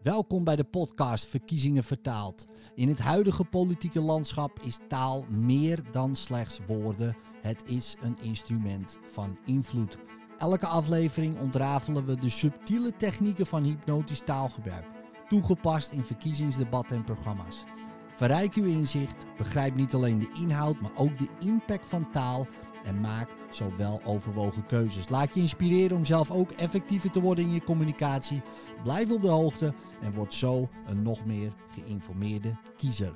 Welkom bij de podcast Verkiezingen vertaald. In het huidige politieke landschap is taal meer dan slechts woorden. Het is een instrument van invloed. Elke aflevering ontrafelen we de subtiele technieken van hypnotisch taalgebruik, toegepast in verkiezingsdebatten en programma's. Verrijk uw inzicht, begrijp niet alleen de inhoud, maar ook de impact van taal en maak zo wel overwogen keuzes. Laat je inspireren om zelf ook effectiever te worden in je communicatie. Blijf op de hoogte en word zo een nog meer geïnformeerde kiezer.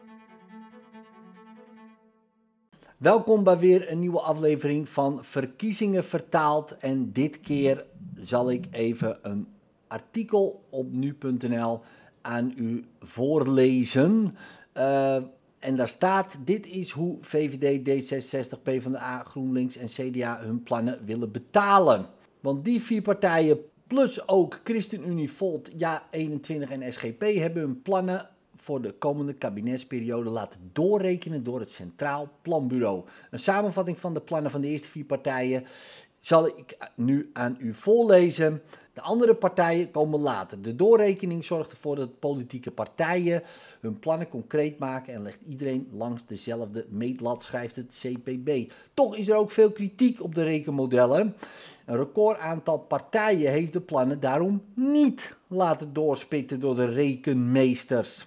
Welkom bij weer een nieuwe aflevering van Verkiezingen vertaald. En dit keer zal ik even een artikel op nu.nl aan u voorlezen. En daar staat, dit is hoe VVD, D66, PvdA, GroenLinks en CDA hun plannen willen betalen. Want die vier partijen, plus ook ChristenUnie, Volt, Ja21 en SGP, hebben hun plannen voor de komende kabinetsperiode laten doorrekenen door het Centraal Planbureau. Een samenvatting van de plannen van de eerste vier partijen zal ik nu aan u voorlezen. De andere partijen komen later. De doorrekening zorgt ervoor dat politieke partijen hun plannen concreet maken en legt iedereen langs dezelfde meetlat, schrijft het CPB. Toch is er ook veel kritiek op de rekenmodellen. Een record aantal partijen heeft de plannen daarom niet laten doorspitten door de rekenmeesters.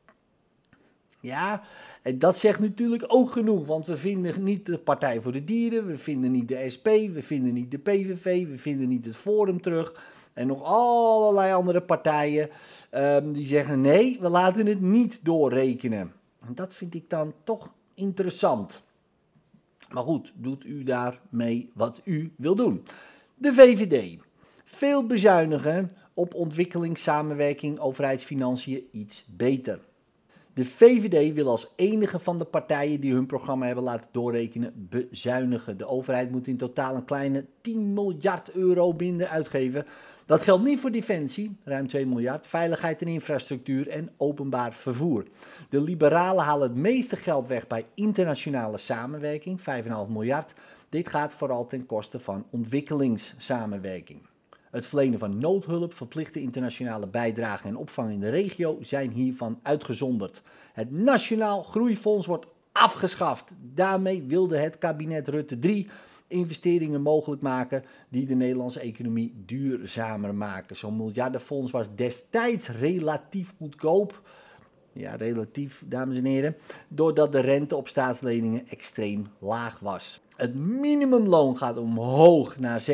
Ja, en dat zegt natuurlijk ook genoeg, want we vinden niet de Partij voor de Dieren, we vinden niet de SP, we vinden niet de PVV, we vinden niet het Forum terug en nog allerlei andere partijen die zeggen nee, we laten het niet doorrekenen. En dat vind ik dan toch interessant. Maar goed, doet u daarmee wat u wil doen. De VVD. Veel bezuinigen op ontwikkelingssamenwerking, overheidsfinanciën iets beter. De VVD wil als enige van de partijen die hun programma hebben laten doorrekenen bezuinigen. De overheid moet in totaal een kleine 10 miljard euro minder uitgeven. Dat geldt niet voor defensie, ruim 2 miljard, veiligheid en infrastructuur en openbaar vervoer. De liberalen halen het meeste geld weg bij internationale samenwerking, 5,5 miljard. Dit gaat vooral ten koste van ontwikkelingssamenwerking. Het verlenen van noodhulp, verplichte internationale bijdragen en opvang in de regio zijn hiervan uitgezonderd. Het Nationaal Groeifonds wordt afgeschaft. Daarmee wilde het kabinet Rutte 3 investeringen mogelijk maken die de Nederlandse economie duurzamer maken. Zo'n miljardenfonds was destijds relatief goedkoop. Ja, relatief, dames en heren, doordat de rente op staatsleningen extreem laag was. Het minimumloon gaat omhoog naar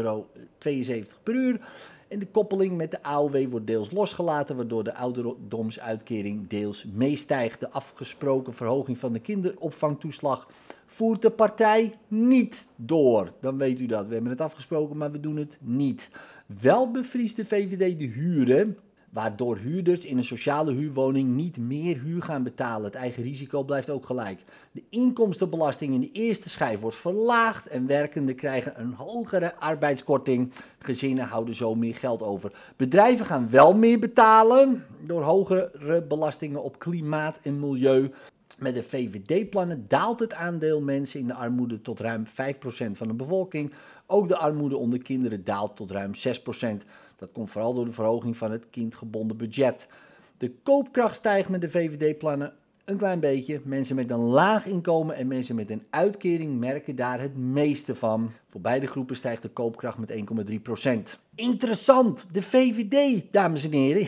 €16,72 per uur. En de koppeling met de AOW wordt deels losgelaten, waardoor de ouderdomsuitkering deels meestijgt. De afgesproken verhoging van de kinderopvangtoeslag voert de partij niet door. Dan weet u dat. We hebben het afgesproken, maar we doen het niet. Wel bevriest de VVD de huren, waardoor huurders in een sociale huurwoning niet meer huur gaan betalen. Het eigen risico blijft ook gelijk. De inkomstenbelasting in de eerste schijf wordt verlaagd en werkenden krijgen een hogere arbeidskorting. Gezinnen houden zo meer geld over. Bedrijven gaan wel meer betalen door hogere belastingen op klimaat en milieu. Met de VVD-plannen daalt het aandeel mensen in de armoede tot ruim 5% van de bevolking. Ook de armoede onder kinderen daalt tot ruim 6%. Dat komt vooral door de verhoging van het kindgebonden budget. De koopkracht stijgt met de VVD-plannen een klein beetje. Mensen met een laag inkomen en mensen met een uitkering merken daar het meeste van. Voor beide groepen stijgt de koopkracht met 1,3%. Interessant, de VVD, dames en heren.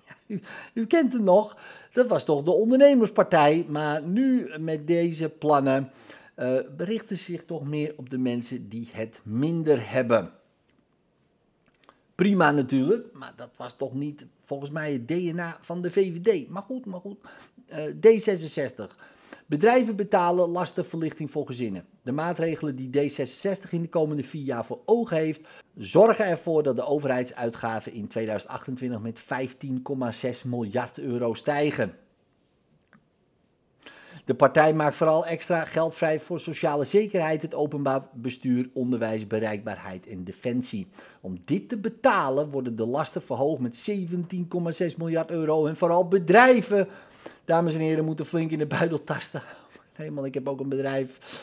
U kent het nog, dat was toch de ondernemerspartij, maar nu met deze plannen berichten ze zich toch meer op de mensen die het minder hebben. Prima natuurlijk, maar dat was toch niet volgens mij het DNA van de VVD. Maar goed. D66. Bedrijven betalen lastenverlichting voor gezinnen. De maatregelen die D66 in de komende 4 jaar voor ogen heeft, zorgen ervoor dat de overheidsuitgaven in 2028 met 15,6 miljard euro stijgen. De partij maakt vooral extra geld vrij voor sociale zekerheid, het openbaar bestuur, onderwijs, bereikbaarheid en defensie. Om dit te betalen worden de lasten verhoogd met 17,6 miljard euro. En vooral bedrijven, dames en heren, moeten flink in de buidel tasten. Helemaal, ik heb ook een bedrijf.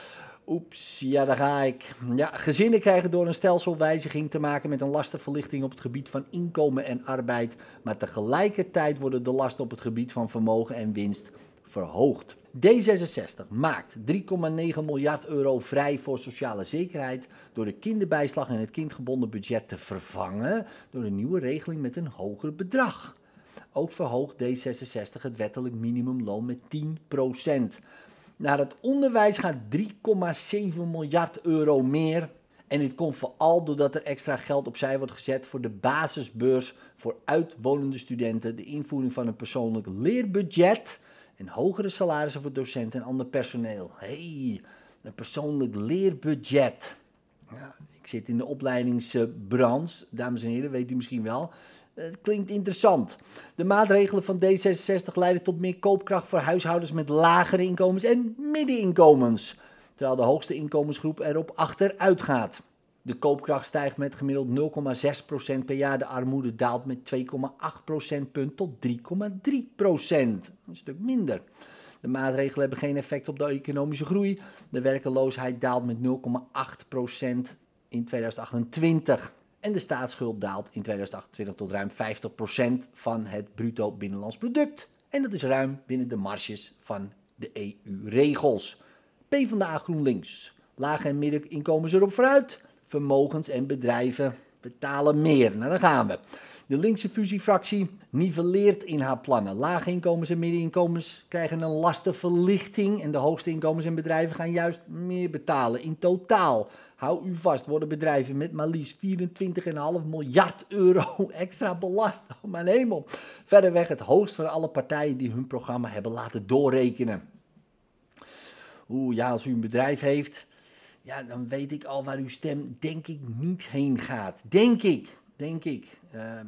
Oeps, ja, daar ga ik. Ja, gezinnen krijgen door een stelselwijziging te maken met een lastenverlichting op het gebied van inkomen en arbeid, maar tegelijkertijd worden de lasten op het gebied van vermogen en winst verhoogd. D66 maakt 3,9 miljard euro vrij voor sociale zekerheid door de kinderbijslag en het kindgebonden budget te vervangen door een nieuwe regeling met een hoger bedrag. Ook verhoogt D66 het wettelijk minimumloon met 10%. Naar het onderwijs gaat 3,7 miljard euro meer. En dit komt vooral doordat er extra geld opzij wordt gezet voor de basisbeurs voor uitwonende studenten, de invoering van een persoonlijk leerbudget en hogere salarissen voor docenten en ander personeel. Een persoonlijk leerbudget. Ja, ik zit in de opleidingsbranche, dames en heren, weet u misschien wel. Het klinkt interessant. De maatregelen van D66 leiden tot meer koopkracht voor huishoudens met lagere inkomens en middeninkomens, terwijl de hoogste inkomensgroep erop achteruit gaat. De koopkracht stijgt met gemiddeld 0,6% per jaar. De armoede daalt met 2,8 procentpunt tot 3,3%. Een stuk minder. De maatregelen hebben geen effect op de economische groei. De werkeloosheid daalt met 0,8% in 2028. En de staatsschuld daalt in 2028 tot ruim 50% van het bruto binnenlands product. En dat is ruim binnen de marges van de EU-regels. PvdA GroenLinks. Lage en middeninkomens erop vooruit. Vermogens en bedrijven betalen meer. Nou, daar gaan we. De linkse fusiefractie nivelleert in haar plannen. Lage inkomens en middeninkomens krijgen een lastenverlichting en de hoogste inkomens en bedrijven gaan juist meer betalen. In totaal, hou u vast, worden bedrijven met maar liefst 24,5 miljard euro extra belast. Oh mijn hemel. Verderweg het hoogst van alle partijen die hun programma hebben laten doorrekenen. Ja, als u een bedrijf heeft, ja, dan weet ik al waar uw stem denk ik niet heen gaat. Denk ik.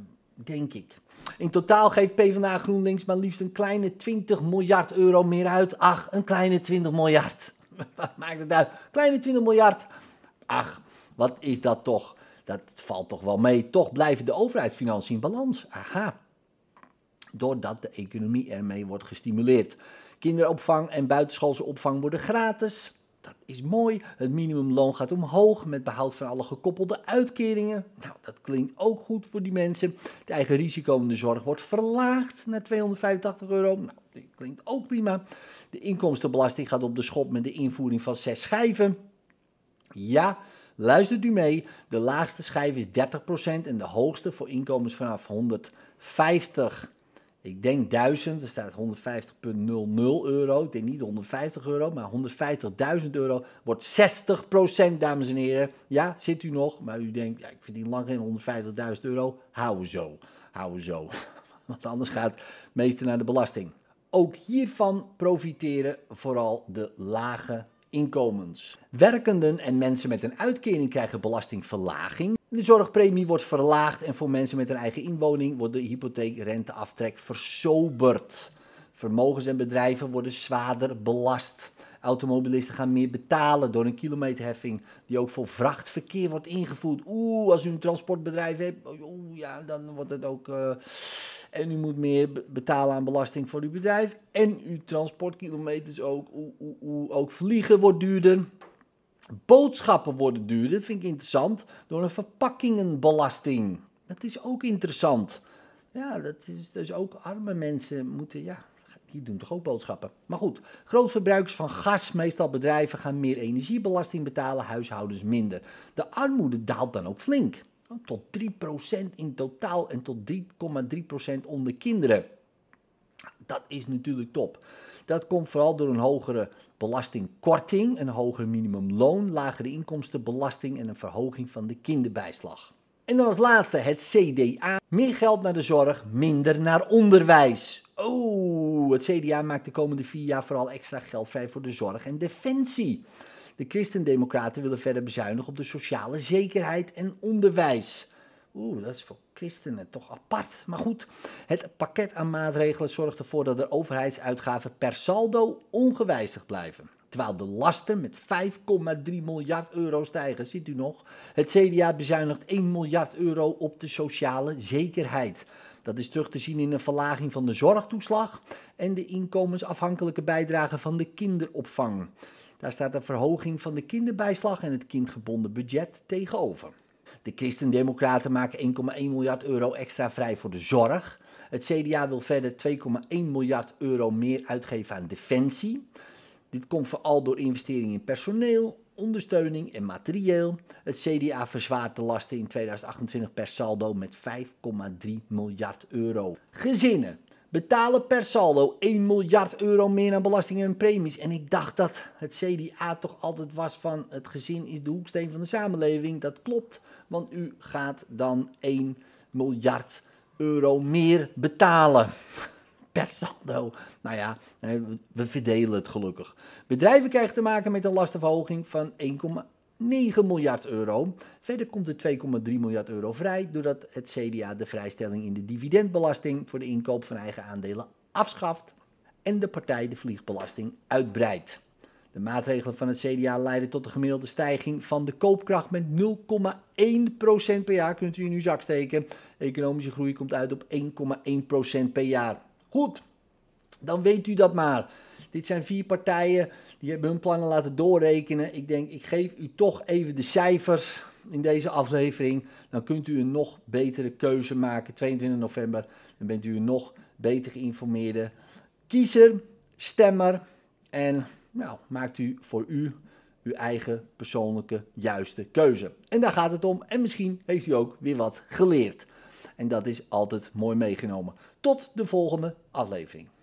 In totaal geeft PvdA GroenLinks maar liefst een kleine 20 miljard euro meer uit. Ach, een kleine 20 miljard. Wat maakt het uit? Kleine 20 miljard. Ach, wat is dat toch? Dat valt toch wel mee. Toch blijven de overheidsfinanciën in balans. Aha. Doordat de economie ermee wordt gestimuleerd. Kinderopvang en buitenschoolse opvang worden gratis. Dat is mooi. Het minimumloon gaat omhoog met behoud van alle gekoppelde uitkeringen. Nou, dat klinkt ook goed voor die mensen. De eigen risico in de zorg wordt verlaagd naar 285 euro. Nou, dat klinkt ook prima. De inkomstenbelasting gaat op de schop met de invoering van 6 schijven. Ja, luistert u mee. De laagste schijf is 30% en de hoogste voor inkomens vanaf 150. Ik denk 1000, er staat 150,00 euro. Ik denk niet 150 euro, maar 150.000 euro wordt 60%, dames en heren. Ja, zit u nog, maar u denkt, ja, ik verdien lang geen 150.000 euro. Hou zo. Want anders gaat het meeste naar de belasting. Ook hiervan profiteren vooral de lage inkomens. Werkenden en mensen met een uitkering krijgen belastingverlaging. De zorgpremie wordt verlaagd en voor mensen met een eigen inwoning wordt de hypotheekrenteaftrek versoberd. Vermogens en bedrijven worden zwaarder belast. Automobilisten gaan meer betalen door een kilometerheffing die ook voor vrachtverkeer wordt ingevoerd. Als u een transportbedrijf hebt, ja, dan wordt het ook... En u moet meer betalen aan belasting voor uw bedrijf. En uw transportkilometers ook. Ook vliegen wordt duurder. Boodschappen worden duurder, dat vind ik interessant, door een verpakkingenbelasting. Dat is ook interessant. Ja, dat is dus ook arme mensen moeten, ja, die doen toch ook boodschappen. Maar goed, grootverbruikers van gas, meestal bedrijven, gaan meer energiebelasting betalen, huishoudens minder. De armoede daalt dan ook flink. Tot 3% in totaal en tot 3,3% onder kinderen. Dat is natuurlijk top. Dat komt vooral door een hogere belastingkorting, een hoger minimumloon, lagere inkomstenbelasting en een verhoging van de kinderbijslag. En dan als laatste het CDA. Meer geld naar de zorg, minder naar onderwijs. Het CDA maakt de komende 4 jaar vooral extra geld vrij voor de zorg en defensie. De Christendemocraten willen verder bezuinigen op de sociale zekerheid en onderwijs. Dat is voor christenen toch apart. Maar goed, het pakket aan maatregelen zorgt ervoor dat de overheidsuitgaven per saldo ongewijzigd blijven. Terwijl de lasten met 5,3 miljard euro stijgen, ziet u nog. Het CDA bezuinigt 1 miljard euro op de sociale zekerheid. Dat is terug te zien in een verlaging van de zorgtoeslag en de inkomensafhankelijke bijdrage van de kinderopvang. Daar staat een verhoging van de kinderbijslag en het kindgebonden budget tegenover. De Christen-Democraten maken 1,1 miljard euro extra vrij voor de zorg. Het CDA wil verder 2,1 miljard euro meer uitgeven aan defensie. Dit komt vooral door investeringen in personeel, ondersteuning en materieel. Het CDA verzwaart de lasten in 2028 per saldo met 5,3 miljard euro. Gezinnen betalen per saldo 1 miljard euro meer aan belastingen en premies. En ik dacht dat het CDA toch altijd was van het gezin is de hoeksteen van de samenleving. Dat klopt, want u gaat dan 1 miljard euro meer betalen. Per saldo. Nou ja, we verdelen het gelukkig. Bedrijven krijgen te maken met een lastenverhoging van 1,9 miljard euro. Verder komt er 2,3 miljard euro vrij doordat het CDA de vrijstelling in de dividendbelasting voor de inkoop van eigen aandelen afschaft en de partij de vliegbelasting uitbreidt. De maatregelen van het CDA leiden tot een gemiddelde stijging van de koopkracht met 0,1% per jaar. Kunt u in uw zak steken. Economische groei komt uit op 1,1% per jaar. Goed, dan weet u dat maar. Dit zijn 4 partijen die hebben hun plannen laten doorrekenen. Ik denk, ik geef u toch even de cijfers in deze aflevering. Dan kunt u een nog betere keuze maken. 22 november, dan bent u een nog beter geïnformeerde kiezer, stemmer. En nou, maakt u voor u uw eigen persoonlijke juiste keuze. En daar gaat het om. En misschien heeft u ook weer wat geleerd. En dat is altijd mooi meegenomen. Tot de volgende aflevering.